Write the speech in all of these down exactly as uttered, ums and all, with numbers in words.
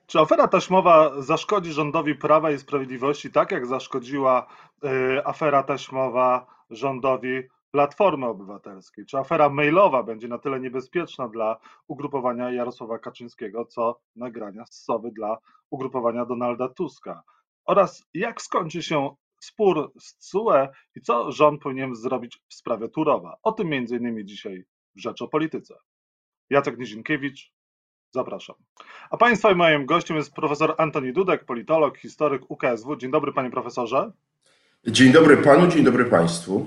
Czy afera taśmowa zaszkodzi rządowi Prawa i Sprawiedliwości tak, jak zaszkodziła y, afera taśmowa rządowi Platformy Obywatelskiej? Czy afera mailowa będzie na tyle niebezpieczna dla ugrupowania Jarosława Kaczyńskiego, co nagrania z Sowy dla ugrupowania Donalda Tuska? Oraz jak skończy się spór z T S U E i co rząd powinien zrobić w sprawie Turowa? O tym między innymi dzisiaj w Rzecz o Polityce. Jacek Nizinkiewicz, zapraszam. A Państwa i moim gościem jest profesor Antoni Dudek, politolog, historyk U K S W. Dzień dobry, panie profesorze. Dzień dobry panu, dzień dobry państwu.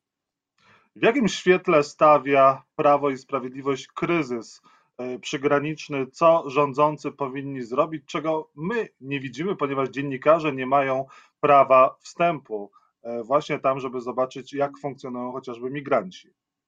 W jakim świetle stawia Prawo i Sprawiedliwość kryzys przygraniczny? Co rządzący powinni zrobić, czego my nie widzimy, ponieważ dziennikarze nie mają prawa wstępu właśnie tam, żeby zobaczyć, jak funkcjonują chociażby migranci?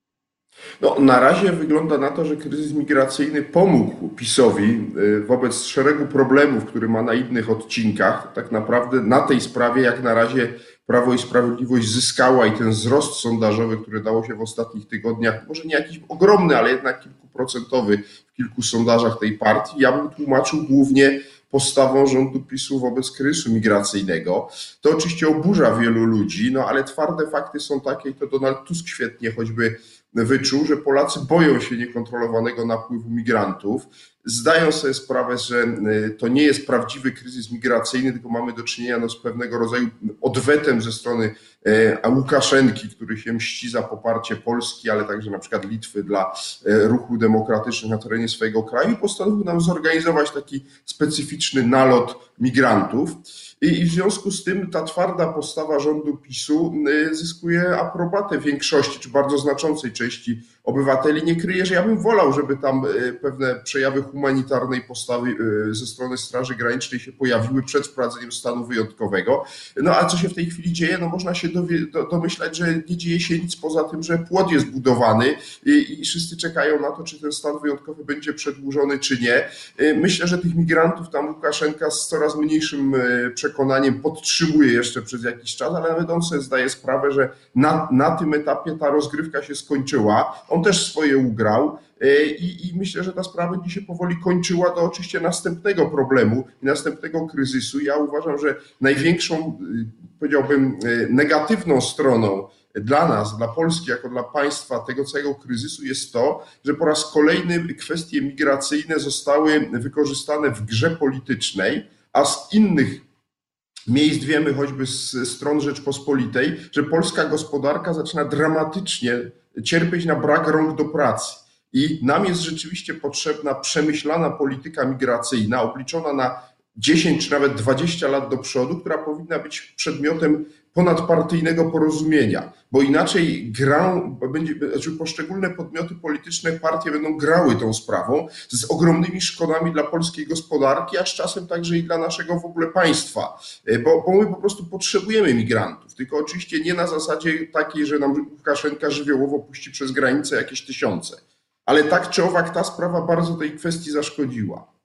No, na razie wygląda na to, że kryzys migracyjny pomógł PiS-owi wobec szeregu problemów, które ma na innych odcinkach. Tak naprawdę na tej sprawie jak na razie Prawo i Sprawiedliwość zyskała i ten wzrost sondażowy, który dało się w ostatnich tygodniach, może nie jakiś ogromny, ale jednak kilkuprocentowy w kilku sondażach tej partii, ja bym tłumaczył głównie postawą rządu PiS-u wobec kryzysu migracyjnego. To oczywiście oburza wielu ludzi, no ale twarde fakty są takie, i to Donald Tusk świetnie choćby wyczuł, że Polacy boją się niekontrolowanego napływu migrantów. Zdają sobie sprawę, że to nie jest prawdziwy kryzys migracyjny, tylko mamy do czynienia no, z pewnego rodzaju odwetem ze strony Łukaszenki, który się mści za poparcie Polski, ale także na przykład Litwy dla ruchu demokratycznych na terenie swojego kraju i postanowił nam zorganizować taki specyficzny nalot migrantów. I w związku z tym ta twarda postawa rządu PiS-u zyskuje aprobatę większości, czy bardzo znaczącej części obywateli. Nie kryję, że ja bym wolał, żeby tam pewne przejawy humanitarnej postawy ze strony Straży Granicznej się pojawiły przed wprowadzeniem stanu wyjątkowego. No a co się w tej chwili dzieje? No można się dowie, do, domyślać, że nie dzieje się nic poza tym, że płot jest budowany i, i wszyscy czekają na to, czy ten stan wyjątkowy będzie przedłużony, czy nie. Myślę, że tych migrantów tam Łukaszenka z coraz mniejszym przekonaniem podtrzymuje jeszcze przez jakiś czas, ale nawet on sobie zdaje sprawę, że na, na tym etapie ta rozgrywka się skończyła. On też swoje ugrał i, i myślę, że ta sprawa będzie się powoli kończyła do oczywiście następnego problemu i następnego kryzysu. Ja uważam, że największą, powiedziałbym, negatywną stroną dla nas, dla Polski, jako dla państwa tego całego kryzysu jest to, że po raz kolejny kwestie migracyjne zostały wykorzystane w grze politycznej, a z innych miejsc wiemy, choćby z stron Rzeczpospolitej, że polska gospodarka zaczyna dramatycznie cierpieć na brak rąk do pracy. I nam jest rzeczywiście potrzebna przemyślana polityka migracyjna, obliczona na dziesięć czy nawet dwadzieścia lat do przodu, która powinna być przedmiotem ponadpartyjnego porozumienia, bo inaczej grą, będzie, znaczy poszczególne podmioty polityczne, partie będą grały tą sprawą z ogromnymi szkodami dla polskiej gospodarki, a z czasem także i dla naszego w ogóle państwa, bo, bo my po prostu potrzebujemy migrantów, tylko oczywiście nie na zasadzie takiej, że nam Łukaszenka żywiołowo puści przez granicę jakieś tysiące, ale tak czy owak ta sprawa bardzo tej kwestii zaszkodziła.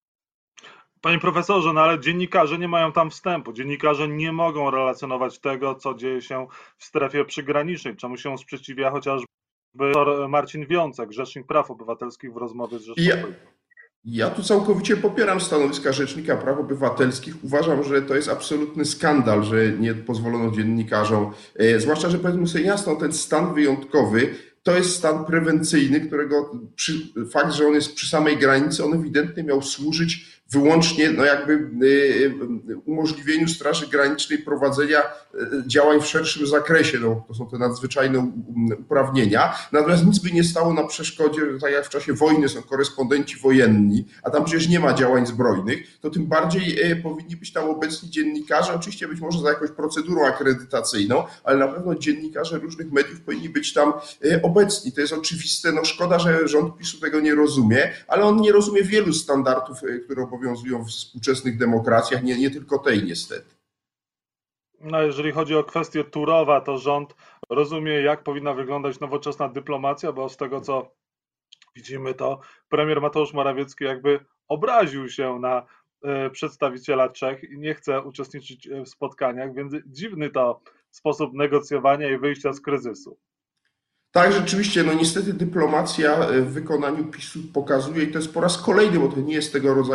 Panie profesorze, no ale dziennikarze nie mają tam wstępu. Dziennikarze nie mogą relacjonować tego, co dzieje się w strefie przygranicznej, czemu się sprzeciwia chociażby Marcin Wiącek, Rzecznik Praw Obywatelskich w rozmowie z Rzeczpospolitą. Ja, ja tu całkowicie popieram stanowiska Rzecznika Praw Obywatelskich. Uważam, że to jest absolutny skandal, że nie pozwolono dziennikarzom, zwłaszcza, że powiedzmy sobie jasno, ten stan wyjątkowy to jest stan prewencyjny, którego przy, fakt, że on jest przy samej granicy, on ewidentnie miał służyć wyłącznie no jakby umożliwieniu Straży Granicznej prowadzenia działań w szerszym zakresie. No, to są te nadzwyczajne uprawnienia. Natomiast nic by nie stało na przeszkodzie, że tak jak w czasie wojny są korespondenci wojenni, a tam przecież nie ma działań zbrojnych, to tym bardziej powinni być tam obecni dziennikarze, oczywiście być może za jakąś procedurą akredytacyjną, ale na pewno dziennikarze różnych mediów powinni być tam obecni. To jest oczywiste. No szkoda, że rząd PiS-u tego nie rozumie, ale on nie rozumie wielu standardów, które obowiązują w współczesnych demokracjach, nie, nie tylko tej niestety. No jeżeli chodzi o kwestię Turowa, to rząd rozumie, jak powinna wyglądać nowoczesna dyplomacja, bo z tego, co widzimy, to premier Mateusz Morawiecki jakby obraził się na przedstawiciela Czech i nie chce uczestniczyć w spotkaniach, więc dziwny to sposób negocjowania i wyjścia z kryzysu. Tak, rzeczywiście, no niestety dyplomacja w wykonaniu PiS-u pokazuje, i to jest po raz kolejny, bo to nie jest tego rodzaju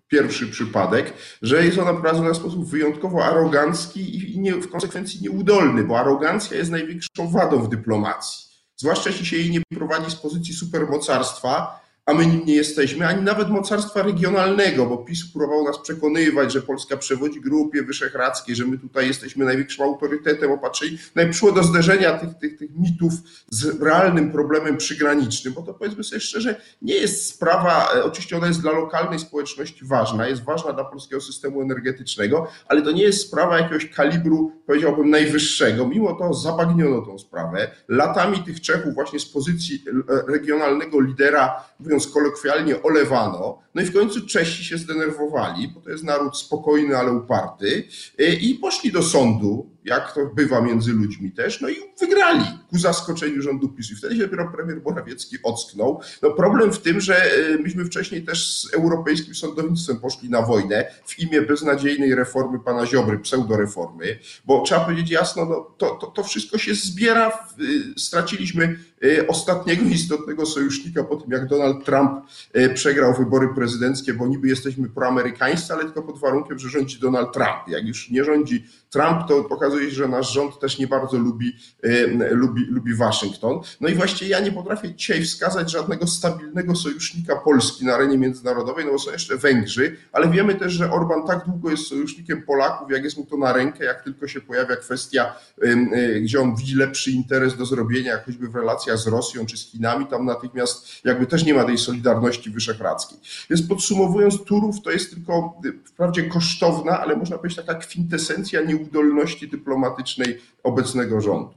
pierwszy przypadek, że jest ona prowadzona w sposób wyjątkowo arogancki i nie, w konsekwencji nieudolny, bo arogancja jest największą wadą w dyplomacji. Zwłaszcza jeśli się jej nie prowadzi z pozycji supermocarstwa, a my nim nie jesteśmy, ani nawet mocarstwa regionalnego, bo PiS próbował nas przekonywać, że Polska przewodzi Grupie Wyszehradzkiej, że my tutaj jesteśmy największym autorytetem opatrzeni. No i przyszło do zderzenia tych, tych, tych mitów z realnym problemem przygranicznym, bo to powiedzmy sobie szczerze, nie jest sprawa, oczywiście ona jest dla lokalnej społeczności ważna, jest ważna dla polskiego systemu energetycznego, ale to nie jest sprawa jakiegoś kalibru, powiedziałbym, najwyższego. Mimo to zabagniono tą sprawę. Latami tych Czechów właśnie z pozycji regionalnego lidera, mówiąc kolokwialnie, olewano. No i w końcu Czesi się zdenerwowali, bo to jest naród spokojny, ale uparty, i poszli do sądu, jak to bywa między ludźmi też, no i wygrali ku zaskoczeniu rządu PiSu. I wtedy się dopiero premier Morawiecki ocknął. No problem w tym, że myśmy wcześniej też z europejskim sądownictwem poszli na wojnę w imię beznadziejnej reformy pana Ziobry, pseudoreformy, bo trzeba powiedzieć jasno, no to, to, to wszystko się zbiera. Straciliśmy ostatniego istotnego sojusznika po tym, jak Donald Trump przegrał wybory prezydenckie, bo niby jesteśmy proamerykańscy, ale tylko pod warunkiem, że rządzi Donald Trump. Jak już nie rządzi Trump, to okazuje się, że nasz rząd też nie bardzo lubi, lubi, lubi Waszyngton. No i właściwie ja nie potrafię dzisiaj wskazać żadnego stabilnego sojusznika Polski na arenie międzynarodowej, no bo są jeszcze Węgrzy, ale wiemy też, że Orban tak długo jest sojusznikiem Polaków, jak jest mu to na rękę, jak tylko się pojawia kwestia, gdzie on widzi lepszy interes do zrobienia, choćby w relacjach z Rosją czy z Chinami, tam natychmiast jakby też nie ma tej solidarności wyszehradzkiej. Więc podsumowując, Turów to jest tylko wprawdzie kosztowna, ale można powiedzieć taka kwintesencja nieudolności dyplomatycznej obecnego rządu.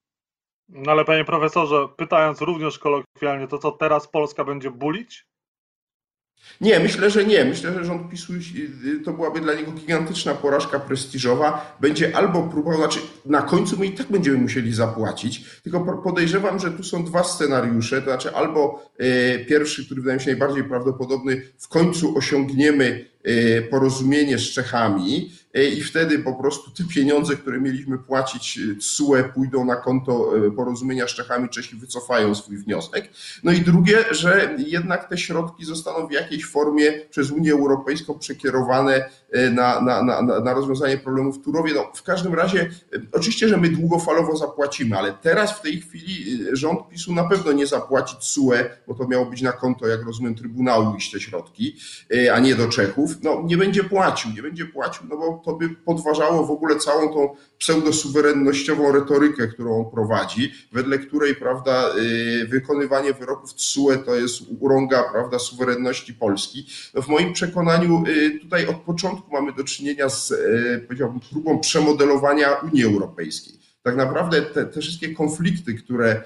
No ale panie profesorze, pytając również kolokwialnie, to co teraz Polska będzie bulić? Nie, myślę, że nie. Myślę, że rząd PiSu to byłaby dla niego gigantyczna porażka prestiżowa. Będzie albo próbował, znaczy na końcu my i tak będziemy musieli zapłacić, tylko podejrzewam, że tu są dwa scenariusze, to znaczy albo pierwszy, który wydaje mi się najbardziej prawdopodobny, w końcu osiągniemy porozumienie z Czechami i wtedy po prostu te pieniądze, które mieliśmy płacić T S U E, pójdą na konto porozumienia z Czechami, Czesi wycofają swój wniosek. No i drugie, że jednak te środki zostaną w jakiejś formie przez Unię Europejską przekierowane na, na, na, na rozwiązanie problemów w Turowie. No, w każdym razie oczywiście, że my długofalowo zapłacimy, ale teraz w tej chwili rząd PiSu na pewno nie zapłaci T S U E, bo to miało być na konto, jak rozumiem, Trybunału iść te środki, a nie do Czechów. No nie będzie płacił, nie będzie płacił, no bo to by podważało w ogóle całą tą pseudosuwerennościową retorykę, którą on prowadzi, wedle której, prawda, wykonywanie wyroków T S U E to jest urąga, prawda, suwerenności Polski. No w moim przekonaniu tutaj od początku mamy do czynienia z, powiedziałbym, próbą przemodelowania Unii Europejskiej. Tak naprawdę te, te wszystkie konflikty, które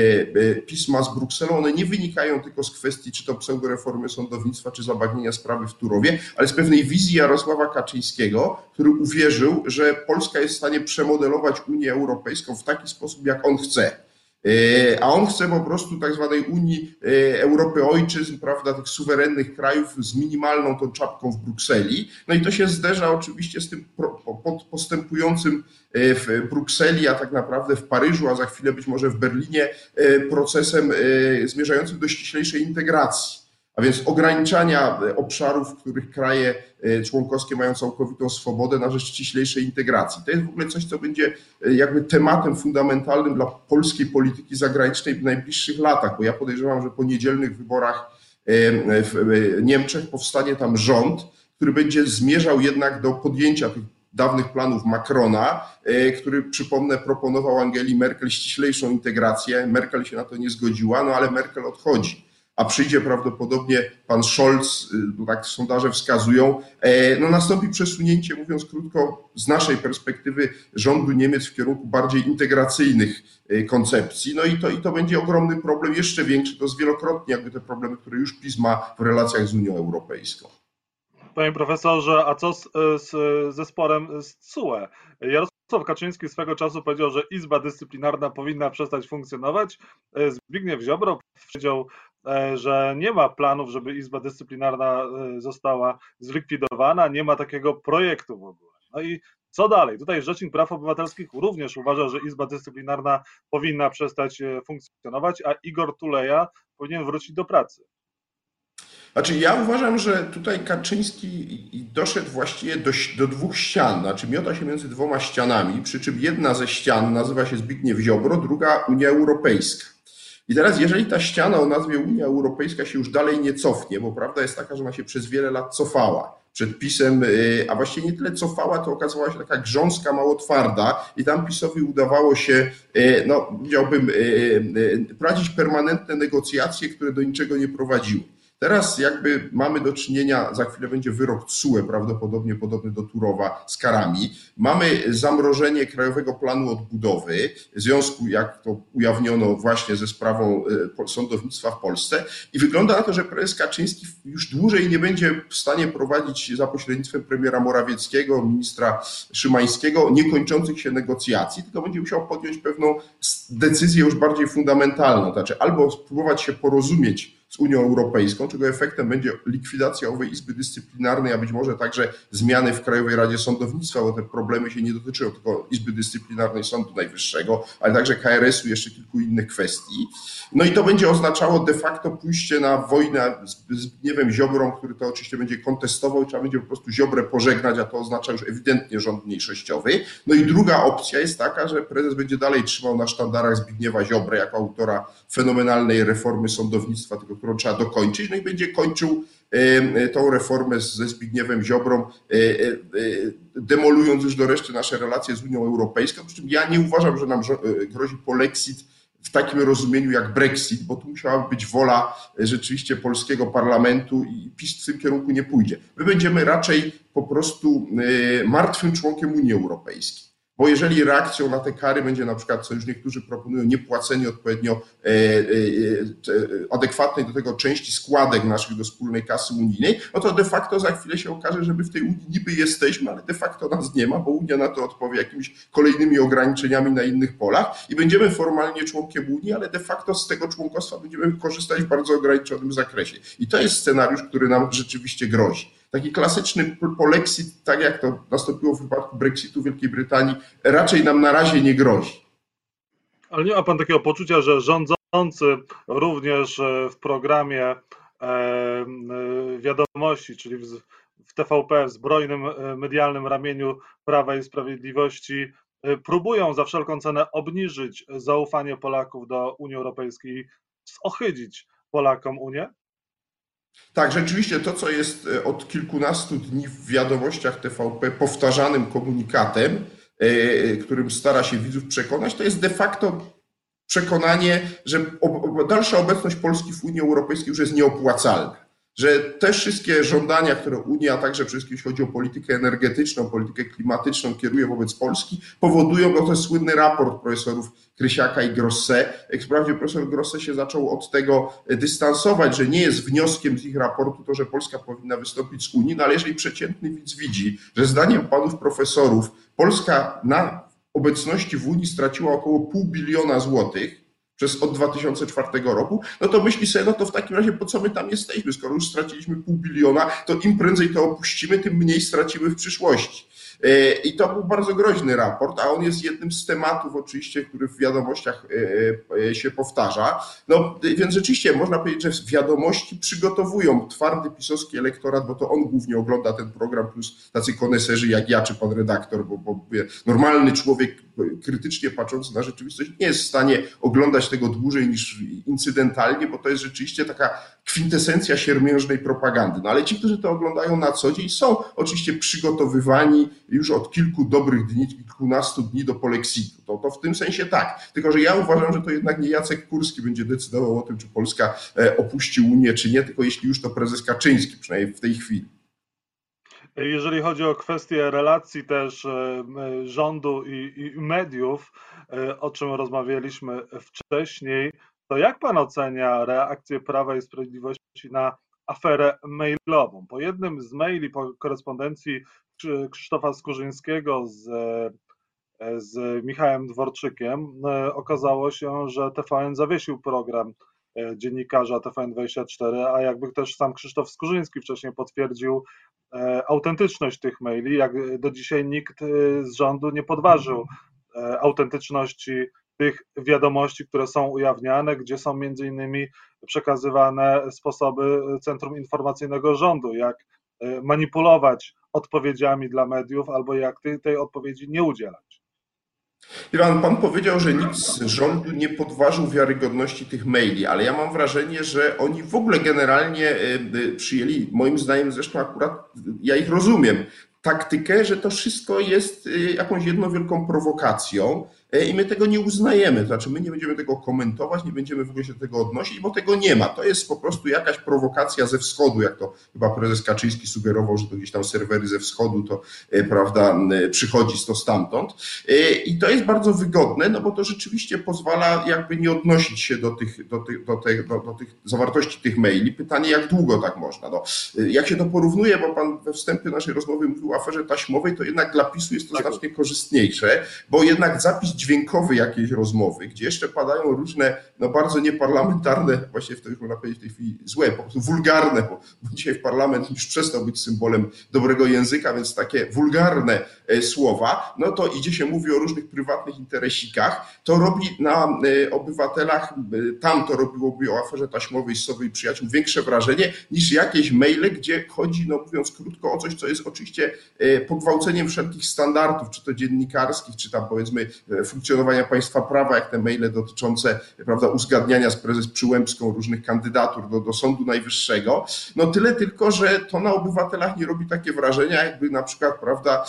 PiS ma z Brukselą, one nie wynikają tylko z kwestii czy to pseudoreformy sądownictwa, czy zabagnienia sprawy w Turowie, ale z pewnej wizji Jarosława Kaczyńskiego, który uwierzył, że Polska jest w stanie przemodelować Unię Europejską w taki sposób, jak on chce. A on chce po prostu tak zwanej Unii Europy Ojczyzn, prawda, tych suwerennych krajów z minimalną tą czapką w Brukseli. No i to się zderza oczywiście z tym postępującym w Brukseli, a tak naprawdę w Paryżu, a za chwilę być może w Berlinie procesem zmierzającym do ściślejszej integracji. A więc ograniczania obszarów, w których kraje członkowskie mają całkowitą swobodę na rzecz ściślejszej integracji. To jest w ogóle coś, co będzie jakby tematem fundamentalnym dla polskiej polityki zagranicznej w najbliższych latach, bo ja podejrzewam, że po niedzielnych wyborach w Niemczech powstanie tam rząd, który będzie zmierzał jednak do podjęcia tych dawnych planów Macrona, który, przypomnę, proponował Angeli Merkel ściślejszą integrację. Merkel się na to nie zgodziła, no ale Merkel odchodzi. A przyjdzie prawdopodobnie pan Scholz, tak sondaże wskazują, no nastąpi przesunięcie, mówiąc krótko, z naszej perspektywy rządu Niemiec w kierunku bardziej integracyjnych koncepcji. No i to, i to będzie ogromny problem, jeszcze większy, to zwielokrotnie jakby te problemy, które już PiS ma w relacjach z Unią Europejską. Panie profesorze, a co z, z, ze sporem z T S U E? Jarosław Kaczyński swego czasu powiedział, że Izba Dyscyplinarna powinna przestać funkcjonować. Zbigniew Ziobro powiedział, że nie ma planów, żeby Izba Dyscyplinarna została zlikwidowana, nie ma takiego projektu w ogóle. No i co dalej? Tutaj Rzecznik Praw Obywatelskich również uważa, że Izba Dyscyplinarna powinna przestać funkcjonować, a Igor Tuleja powinien wrócić do pracy. Znaczy, ja uważam, że tutaj Kaczyński doszedł właściwie do, do dwóch ścian, znaczy miota się między dwoma ścianami, przy czym jedna ze ścian nazywa się Zbigniew Ziobro, druga Unia Europejska. I teraz, jeżeli ta ściana o nazwie Unia Europejska się już dalej nie cofnie, bo prawda jest taka, że ona się przez wiele lat cofała przed PiS-em, a właściwie nie tyle cofała, to okazała się taka grząska, mało twarda i tam PiS-owi udawało się, no powiedziałbym, prowadzić permanentne negocjacje, które do niczego nie prowadziły. Teraz jakby mamy do czynienia, za chwilę będzie wyrok T S U E, prawdopodobnie podobny do Turowa, z karami. Mamy zamrożenie Krajowego Planu Odbudowy, w związku, jak to ujawniono właśnie ze sprawą sądownictwa w Polsce i wygląda na to, że prezes Kaczyński już dłużej nie będzie w stanie prowadzić za pośrednictwem premiera Morawieckiego, ministra Szymańskiego niekończących się negocjacji, tylko będzie musiał podjąć pewną decyzję już bardziej fundamentalną, znaczy albo spróbować się porozumieć z Unią Europejską, czego efektem będzie likwidacja owej Izby Dyscyplinarnej, a być może także zmiany w Krajowej Radzie Sądownictwa, bo te problemy się nie dotyczą tylko Izby Dyscyplinarnej Sądu Najwyższego, ale także K R S u i jeszcze kilku innych kwestii. No i to będzie oznaczało de facto pójście na wojnę z Zbigniewem Ziobrą, który to oczywiście będzie kontestował i trzeba będzie po prostu Ziobrę pożegnać, a to oznacza już ewidentnie rząd mniejszościowy. No i druga opcja jest taka, że prezes będzie dalej trzymał na sztandarach Zbigniewa Ziobrę jako autora fenomenalnej reformy sądownictwa, tylko którą trzeba dokończyć, no i będzie kończył tą reformę ze Zbigniewem Ziobrą, demolując już do reszty nasze relacje z Unią Europejską, przy czym ja nie uważam, że nam grozi polexit w takim rozumieniu jak Brexit, bo tu musiała być wola rzeczywiście polskiego parlamentu i PiS w tym kierunku nie pójdzie. My będziemy raczej po prostu martwym członkiem Unii Europejskiej. Bo jeżeli reakcją na te kary będzie na przykład, co już niektórzy proponują, niepłacenie odpowiednio adekwatnej do tego części składek naszych do wspólnej kasy unijnej, no to de facto za chwilę się okaże, że my w tej Unii niby jesteśmy, ale de facto nas nie ma, bo Unia na to odpowie jakimiś kolejnymi ograniczeniami na innych polach i będziemy formalnie członkiem Unii, ale de facto z tego członkostwa będziemy korzystać w bardzo ograniczonym zakresie. I to jest scenariusz, który nam rzeczywiście grozi. Taki klasyczny polexit, tak jak to nastąpiło w wypadku Brexitu Wielkiej Brytanii, raczej nam na razie nie grozi. Ale nie ma pan takiego poczucia, że rządzący również w programie Wiadomości, czyli w T V P, w zbrojnym medialnym ramieniu Prawa i Sprawiedliwości, próbują za wszelką cenę obniżyć zaufanie Polaków do Unii Europejskiej i zohydzić Polakom Unię? Tak, rzeczywiście to, co jest od kilkunastu dni w wiadomościach T V P powtarzanym komunikatem, którym stara się widzów przekonać, to jest de facto przekonanie, że dalsza obecność Polski w Unii Europejskiej już jest nieopłacalna. Że te wszystkie żądania, które Unia, a także przede wszystkim jeśli chodzi o politykę energetyczną, politykę klimatyczną kieruje wobec Polski, powodują, bo to jest słynny raport profesorów Krysiaka i Grosse. Jak wprawdzie profesor Grosse się zaczął od tego dystansować, że nie jest wnioskiem z ich raportu to, że Polska powinna wystąpić z Unii, no ale jeżeli przeciętny widz widzi, że zdaniem panów profesorów Polska na obecności w Unii straciła około pół biliona złotych, przez od dwa tysiące czwartego roku, no to myśli sobie, no to w takim razie po co my tam jesteśmy? Skoro już straciliśmy pół biliona, to im prędzej to opuścimy, tym mniej stracimy w przyszłości. I to był bardzo groźny raport, a on jest jednym z tematów oczywiście, który w wiadomościach się powtarza. No więc rzeczywiście można powiedzieć, że wiadomości przygotowują twardy pisowski elektorat, bo to on głównie ogląda ten program, plus tacy koneserzy jak ja czy pan redaktor, bo, bo normalny człowiek krytycznie patrzący na rzeczywistość nie jest w stanie oglądać tego dłużej niż incydentalnie, bo to jest rzeczywiście taka kwintesencja siermiężnej propagandy. No ale ci, którzy to oglądają na co dzień, są oczywiście przygotowywani już od kilku dobrych dni, kilkunastu dni do polexitu. To, to w tym sensie tak. Tylko że ja uważam, że to jednak nie Jacek Kurski będzie decydował o tym, czy Polska opuści Unię, czy nie, tylko jeśli już to prezes Kaczyński, przynajmniej w tej chwili. Jeżeli chodzi o kwestię relacji też rządu i, i mediów, o czym rozmawialiśmy wcześniej, to jak pan ocenia reakcję Prawa i Sprawiedliwości na aferę mailową? Po jednym z maili, po korespondencji Krzysztofa Skurzyńskiego z, z Michałem Dworczykiem okazało się, że T V N zawiesił program dziennikarza T V N dwadzieścia cztery, a jakby też sam Krzysztof Skurzyński wcześniej potwierdził autentyczność tych maili, jak do dzisiaj nikt z rządu nie podważył autentyczności tych wiadomości, które są ujawniane, gdzie są między innymi przekazywane sposoby Centrum Informacyjnego Rządu, jak manipulować odpowiedziami dla mediów albo jak tej odpowiedzi nie udzielać. Iwan, pan powiedział, że nikt z rządu nie podważył wiarygodności tych maili, ale ja mam wrażenie, że oni w ogóle generalnie przyjęli, moim zdaniem zresztą akurat, ja ich rozumiem, taktykę, że to wszystko jest jakąś jedną wielką prowokacją i my tego nie uznajemy. To znaczy my nie będziemy tego komentować, nie będziemy w ogóle się do tego odnosić, bo tego nie ma. To jest po prostu jakaś prowokacja ze wschodu, jak to chyba prezes Kaczyński sugerował, że to gdzieś tam serwery ze wschodu, to prawda, przychodzi to stamtąd. I to jest bardzo wygodne, no bo to rzeczywiście pozwala jakby nie odnosić się do tych, do tych, do tych, do, do tych zawartości tych maili. Pytanie, jak długo tak można? No, jak się to porównuje, bo pan we wstępie naszej rozmowy mówił o aferze taśmowej, to jednak dla PiSu jest to tak znacznie korzystniejsze, bo jednak zapis dźwiękowy jakiejś rozmowy, gdzie jeszcze padają różne, no bardzo nieparlamentarne, właśnie w to już można powiedzieć w tej chwili złe, po prostu wulgarne, bo dzisiaj w parlament już przestał być symbolem dobrego języka, więc takie wulgarne słowa, no to idzie się mówi o różnych prywatnych interesikach, to robi na obywatelach, tam to robiłoby o aferze taśmowej z Sowy i Przyjaciół większe wrażenie niż jakieś maile, gdzie chodzi, no mówiąc krótko, o coś, co jest oczywiście pogwałceniem wszelkich standardów, czy to dziennikarskich, czy tam powiedzmy funkcjonowania państwa prawa, jak te maile dotyczące, prawda, uzgadniania z prezes Przyłębską różnych kandydatur do, do Sądu Najwyższego. No tyle tylko, że to na obywatelach nie robi takie wrażenia, jakby na przykład, prawda,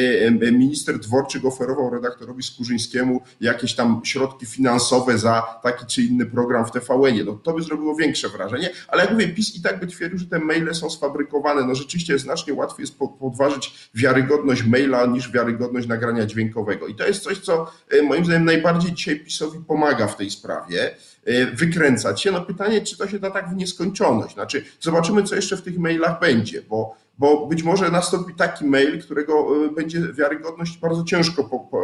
minister Dworczyk oferował redaktorowi Skurzyńskiemu jakieś tam środki finansowe za taki czy inny program w T V N-ie. No to by zrobiło większe wrażenie, ale jak mówię, PiS i tak by twierdził, że te maile są sfabrykowane. No rzeczywiście znacznie łatwiej jest podważyć wiarygodność maila niż wiarygodność nagrania dźwiękowego. I to jest coś, co moim zdaniem najbardziej dzisiaj PiS-owi pomaga w tej sprawie, wykręcać się. No pytanie, czy to się da tak w nieskończoność. Znaczy, zobaczymy, co jeszcze w tych mailach będzie, bo, bo być może nastąpi taki mail, którego będzie wiarygodność bardzo ciężko po, po,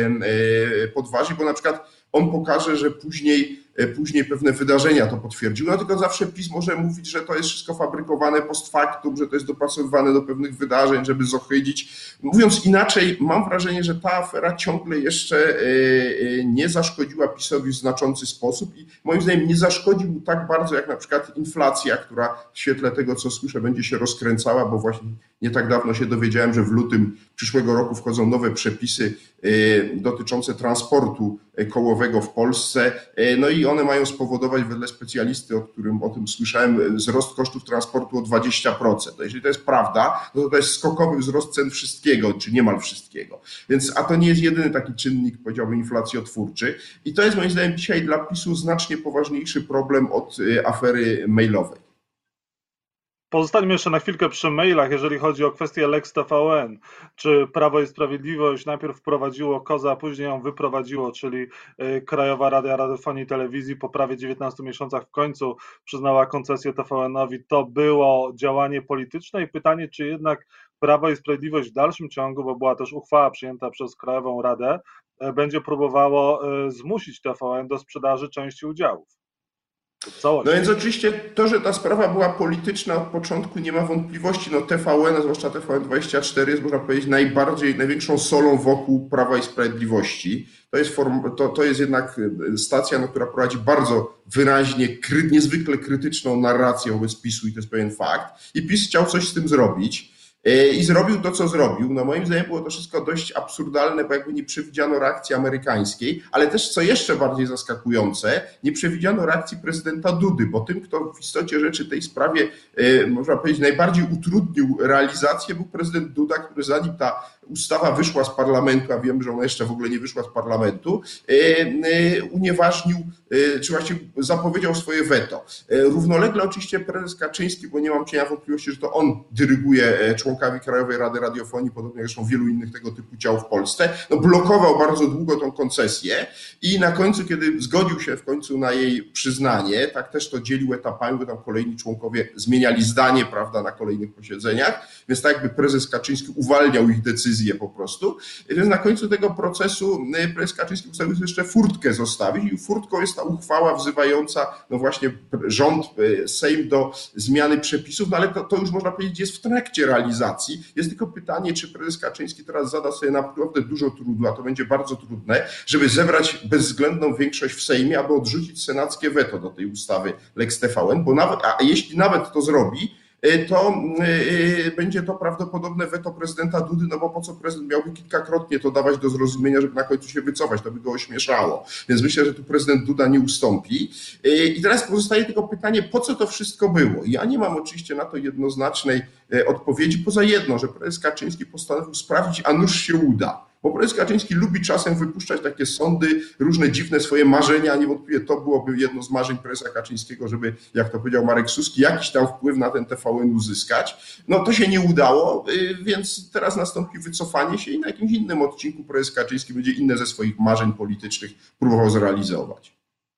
podważyć, bo na przykład on pokaże, że później, później pewne wydarzenia to potwierdziły, no tylko zawsze PiS może mówić, że to jest wszystko fabrykowane post factum, że to jest dopasowywane do pewnych wydarzeń, żeby zohydzić. Mówiąc inaczej, mam wrażenie, że ta afera ciągle jeszcze nie zaszkodziła PiS-owi w znaczący sposób i moim zdaniem nie zaszkodzi mu tak bardzo jak na przykład inflacja, która w świetle tego, co słyszę, będzie się rozkręcała, bo właśnie nie tak dawno się dowiedziałem, że w lutym przyszłego roku wchodzą nowe przepisy dotyczące transportu kołowego w Polsce, no i one mają spowodować wedle specjalisty, o którym o tym słyszałem, wzrost kosztów transportu o dwadzieścia procent. No jeżeli to jest prawda, no to to jest skokowy wzrost cen wszystkiego, czy niemal wszystkiego. Więc, a to nie jest jedyny taki czynnik, powiedziałbym, inflacjotwórczy i to jest moim zdaniem dzisiaj dla PiSu znacznie poważniejszy problem od afery mailowej. Pozostańmy jeszcze na chwilkę przy mailach, jeżeli chodzi o kwestię Lex T V N. Czy Prawo i Sprawiedliwość najpierw wprowadziło kozę, a później ją wyprowadziło, czyli Krajowa Rada Radiofonii i Telewizji po prawie dziewiętnastu miesiącach w końcu przyznała koncesję T V N-owi. To było działanie polityczne i pytanie, czy jednak Prawo i Sprawiedliwość w dalszym ciągu, bo była też uchwała przyjęta przez Krajową Radę, będzie próbowało zmusić T V N do sprzedaży części udziałów. No więc oczywiście to, że ta sprawa była polityczna od początku, nie ma wątpliwości. No T V N, a zwłaszcza T V N dwadzieścia cztery jest, można powiedzieć, najbardziej, największą solą wokół Prawa i Sprawiedliwości. To jest, form, to, to jest jednak stacja, no, która prowadzi bardzo wyraźnie, kry, niezwykle krytyczną narrację wobec PiSu i to jest pewien fakt. I PiS chciał coś z tym zrobić. I zrobił to, co zrobił. No moim zdaniem było to wszystko dość absurdalne, bo jakby nie przewidziano reakcji amerykańskiej, ale też, co jeszcze bardziej zaskakujące, nie przewidziano reakcji prezydenta Dudy, bo tym, kto w istocie rzeczy tej sprawie, można powiedzieć, najbardziej utrudnił realizację, był prezydent Duda, który zanim ta ustawa wyszła z parlamentu, a wiem, że ona jeszcze w ogóle nie wyszła z parlamentu, unieważnił, czy właściwie zapowiedział swoje weto. Równolegle oczywiście prezes Kaczyński, bo nie mam cienia wątpliwości, że to on dyryguje członkami Krajowej Rady Radiofonii, podobnie jak zresztą wielu innych tego typu ciał w Polsce, no blokował bardzo długo tą koncesję i na końcu, kiedy zgodził się w końcu na jej przyznanie, tak też to dzielił etapami, bo tam kolejni członkowie zmieniali zdanie, prawda, na kolejnych posiedzeniach, więc tak jakby prezes Kaczyński uwalniał ich decyzje po prostu, więc na końcu tego procesu prezes Kaczyński ustalił jeszcze furtkę zostawić i furtką jest ta uchwała wzywająca, no właśnie rząd, Sejm do zmiany przepisów, no ale to, to już można powiedzieć jest w trakcie realizacji realizacji. Jest tylko pytanie, czy prezes Kaczyński teraz zada sobie naprawdę dużo trudu, a to będzie bardzo trudne, żeby zebrać bezwzględną większość w Sejmie, aby odrzucić senackie weto do tej ustawy Lex T V N, bo nawet, a jeśli nawet to zrobi, to będzie to prawdopodobne weto prezydenta Dudy, no bo po co prezydent miałby kilkakrotnie to dawać do zrozumienia, żeby na końcu się wycofać, to by go ośmieszało. Więc myślę, że tu prezydent Duda nie ustąpi. I teraz pozostaje tylko pytanie, po co to wszystko było? Ja nie mam oczywiście na to jednoznacznej odpowiedzi, poza jedno, że prezes Kaczyński postanowił sprawdzić, a nuż się uda. Bo prezes Kaczyński lubi czasem wypuszczać takie sądy, różne dziwne swoje marzenia, niewątpliwie to byłoby jedno z marzeń prezesa Kaczyńskiego, żeby, jak to powiedział Marek Suski, jakiś tam wpływ na ten T V N uzyskać. No to się nie udało, więc teraz nastąpi wycofanie się i na jakimś innym odcinku prezes Kaczyński będzie inne ze swoich marzeń politycznych próbował zrealizować.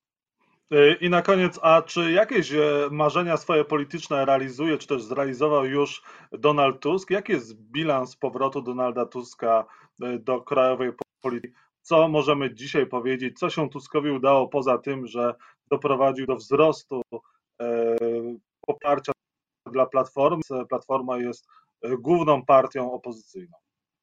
I na koniec, a czy jakieś marzenia swoje polityczne realizuje, czy też zrealizował już Donald Tusk? Jaki jest bilans powrotu Donalda Tuska do krajowej polityki? Co możemy dzisiaj powiedzieć? Co się Tuskowi udało poza tym, że doprowadził do wzrostu poparcia dla Platformy? Platforma jest główną partią opozycyjną.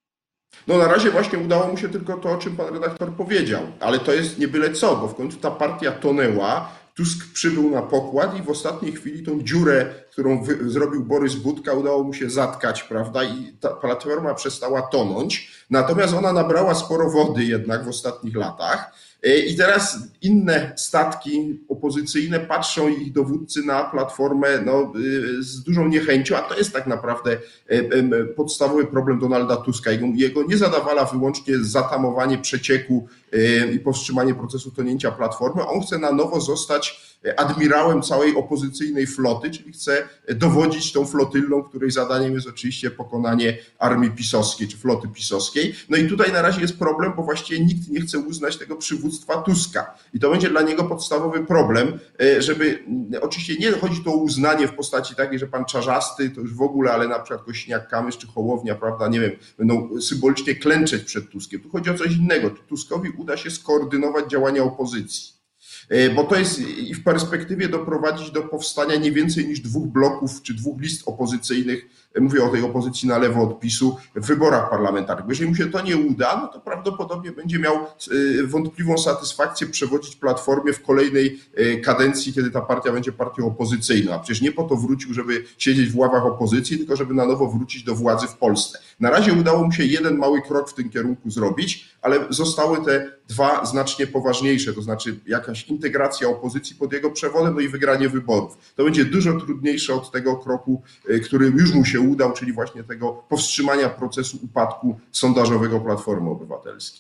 No na razie właśnie udało mu się tylko to, o czym pan redaktor powiedział, ale to jest nie byle co, bo w końcu ta partia tonęła, Tusk przybył na pokład i w ostatniej chwili tą dziurę, którą wy, zrobił Borys Budka, udało mu się zatkać, prawda, i ta Platforma przestała tonąć, natomiast ona nabrała sporo wody jednak w ostatnich latach. I teraz inne statki opozycyjne patrzą ich dowódcy na Platformę no, z dużą niechęcią, a to jest tak naprawdę podstawowy problem Donalda Tuska. Jego, jego nie zadawala wyłącznie zatamowanie przecieku i powstrzymanie procesu tonięcia Platformy. On chce na nowo zostać admirałem całej opozycyjnej floty, czyli chce dowodzić tą flotyllą, której zadaniem jest oczywiście pokonanie armii pisowskiej czy floty pisowskiej. No i tutaj na razie jest problem, bo właściwie nikt nie chce uznać tego przywództwa Tuska. I to będzie dla niego podstawowy problem, żeby, oczywiście nie chodzi tu o uznanie w postaci takiej, że pan Czarzasty to już w ogóle, ale na przykład Kośniak-Kamysz czy Hołownia, prawda, nie wiem, będą symbolicznie klęczeć przed Tuskiem. Tu chodzi o coś innego. Czy Tuskowi uda się skoordynować działania opozycji? Bo to jest i w perspektywie doprowadzić do powstania nie więcej niż dwóch bloków czy dwóch list opozycyjnych, mówię o tej opozycji na lewo od PiSu, w wyborach parlamentarnych. Bo jeżeli mu się to nie uda, no to prawdopodobnie będzie miał wątpliwą satysfakcję przewodzić Platformie w kolejnej kadencji, kiedy ta partia będzie partią opozycyjną. A przecież nie po to wrócił, żeby siedzieć w ławach opozycji, tylko żeby na nowo wrócić do władzy w Polsce. Na razie udało mu się jeden mały krok w tym kierunku zrobić, ale zostały te dwa znacznie poważniejsze, to znaczy jakaś integracja opozycji pod jego przewodem, no i wygranie wyborów. To będzie dużo trudniejsze od tego kroku, który już mu się udał, czyli właśnie tego powstrzymania procesu upadku sondażowego Platformy Obywatelskiej.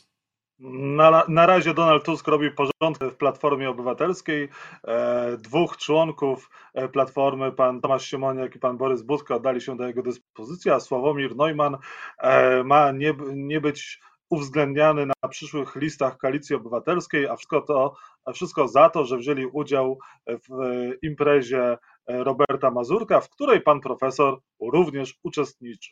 Na, na razie Donald Tusk robi porządek w Platformie Obywatelskiej. E, dwóch członków Platformy, pan Tomasz Siemoniak i pan Borys Budka, oddali się do jego dyspozycji, a Sławomir Neumann e, ma nie, nie być uwzględniany na przyszłych listach Koalicji Obywatelskiej, a wszystko to, a wszystko za to, że wzięli udział w imprezie Roberta Mazurka, w której pan profesor również uczestniczył.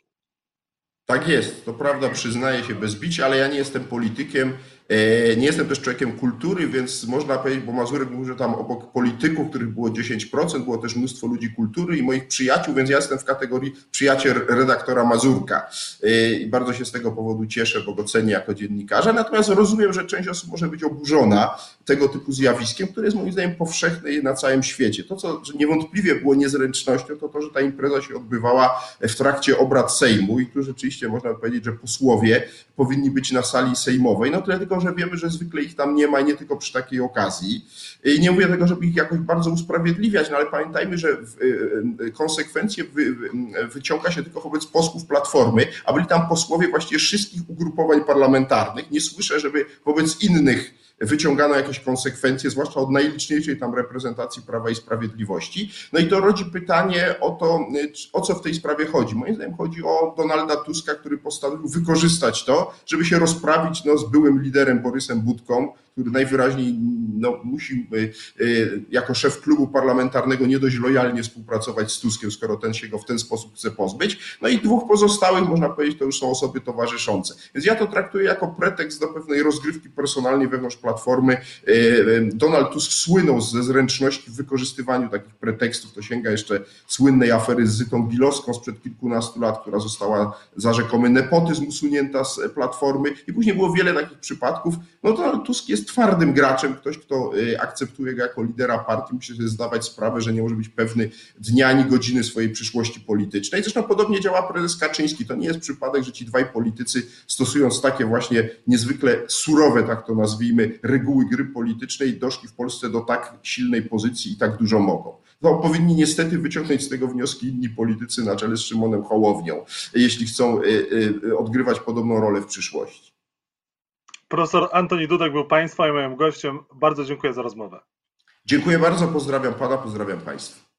Tak jest, to prawda, przyznaję się bez bicia, ale ja nie jestem politykiem, nie jestem też człowiekiem kultury, więc można powiedzieć, bo Mazurek mówił, że tam obok polityków, których było dziesięć procent, było też mnóstwo ludzi kultury i moich przyjaciół, więc ja jestem w kategorii przyjaciel redaktora Mazurka i bardzo się z tego powodu cieszę, bo go cenię jako dziennikarza, natomiast rozumiem, że część osób może być oburzona tego typu zjawiskiem, które jest moim zdaniem powszechne na całym świecie. To, co niewątpliwie było niezręcznością, to to, że ta impreza się odbywała w trakcie obrad Sejmu i tu rzeczywiście można powiedzieć, że posłowie powinni być na sali sejmowej, no tyle tylko, że wiemy, że zwykle ich tam nie ma i nie tylko przy takiej okazji. I nie mówię tego, żeby ich jakoś bardzo usprawiedliwiać, no ale pamiętajmy, że konsekwencje wyciąga się tylko wobec posłów Platformy, a byli tam posłowie właściwie wszystkich ugrupowań parlamentarnych. Nie słyszę, żeby wobec innych wyciągano jakieś konsekwencje, zwłaszcza od najliczniejszej tam reprezentacji Prawa i Sprawiedliwości. No i to rodzi pytanie o to, o co w tej sprawie chodzi. Moim zdaniem chodzi o Donalda Tuska, który postanowił wykorzystać to, żeby się rozprawić no, z byłym liderem Borysem Budką, który najwyraźniej no, musi jako szef klubu parlamentarnego nie dość lojalnie współpracować z Tuskiem, skoro ten się go w ten sposób chce pozbyć. No i dwóch pozostałych, można powiedzieć, to już są osoby towarzyszące. Więc ja to traktuję jako pretekst do pewnej rozgrywki personalnej wewnątrz Platformy. Donald Tusk słynął ze zręczności w wykorzystywaniu takich pretekstów. To sięga jeszcze słynnej afery z Zytą Bilowską sprzed kilkunastu lat, która została za rzekomy nepotyzm usunięta z Platformy i później było wiele takich przypadków. No Donald Tusk jest twardym graczem, ktoś, kto akceptuje go jako lidera partii, musi sobie zdawać sprawę, że nie może być pewny dnia ani godziny swojej przyszłości politycznej. Zresztą podobnie działa prezes Kaczyński. To nie jest przypadek, że ci dwaj politycy, stosując takie właśnie niezwykle surowe, tak to nazwijmy, reguły gry politycznej, doszli w Polsce do tak silnej pozycji i tak dużo mogą. No, powinni niestety wyciągnąć z tego wnioski inni politycy na czele z Szymonem Hołownią, jeśli chcą odgrywać podobną rolę w przyszłości. Profesor Antoni Dudek był Państwa i moim gościem. Bardzo dziękuję za rozmowę. Dziękuję bardzo, pozdrawiam Pana, pozdrawiam Państwa.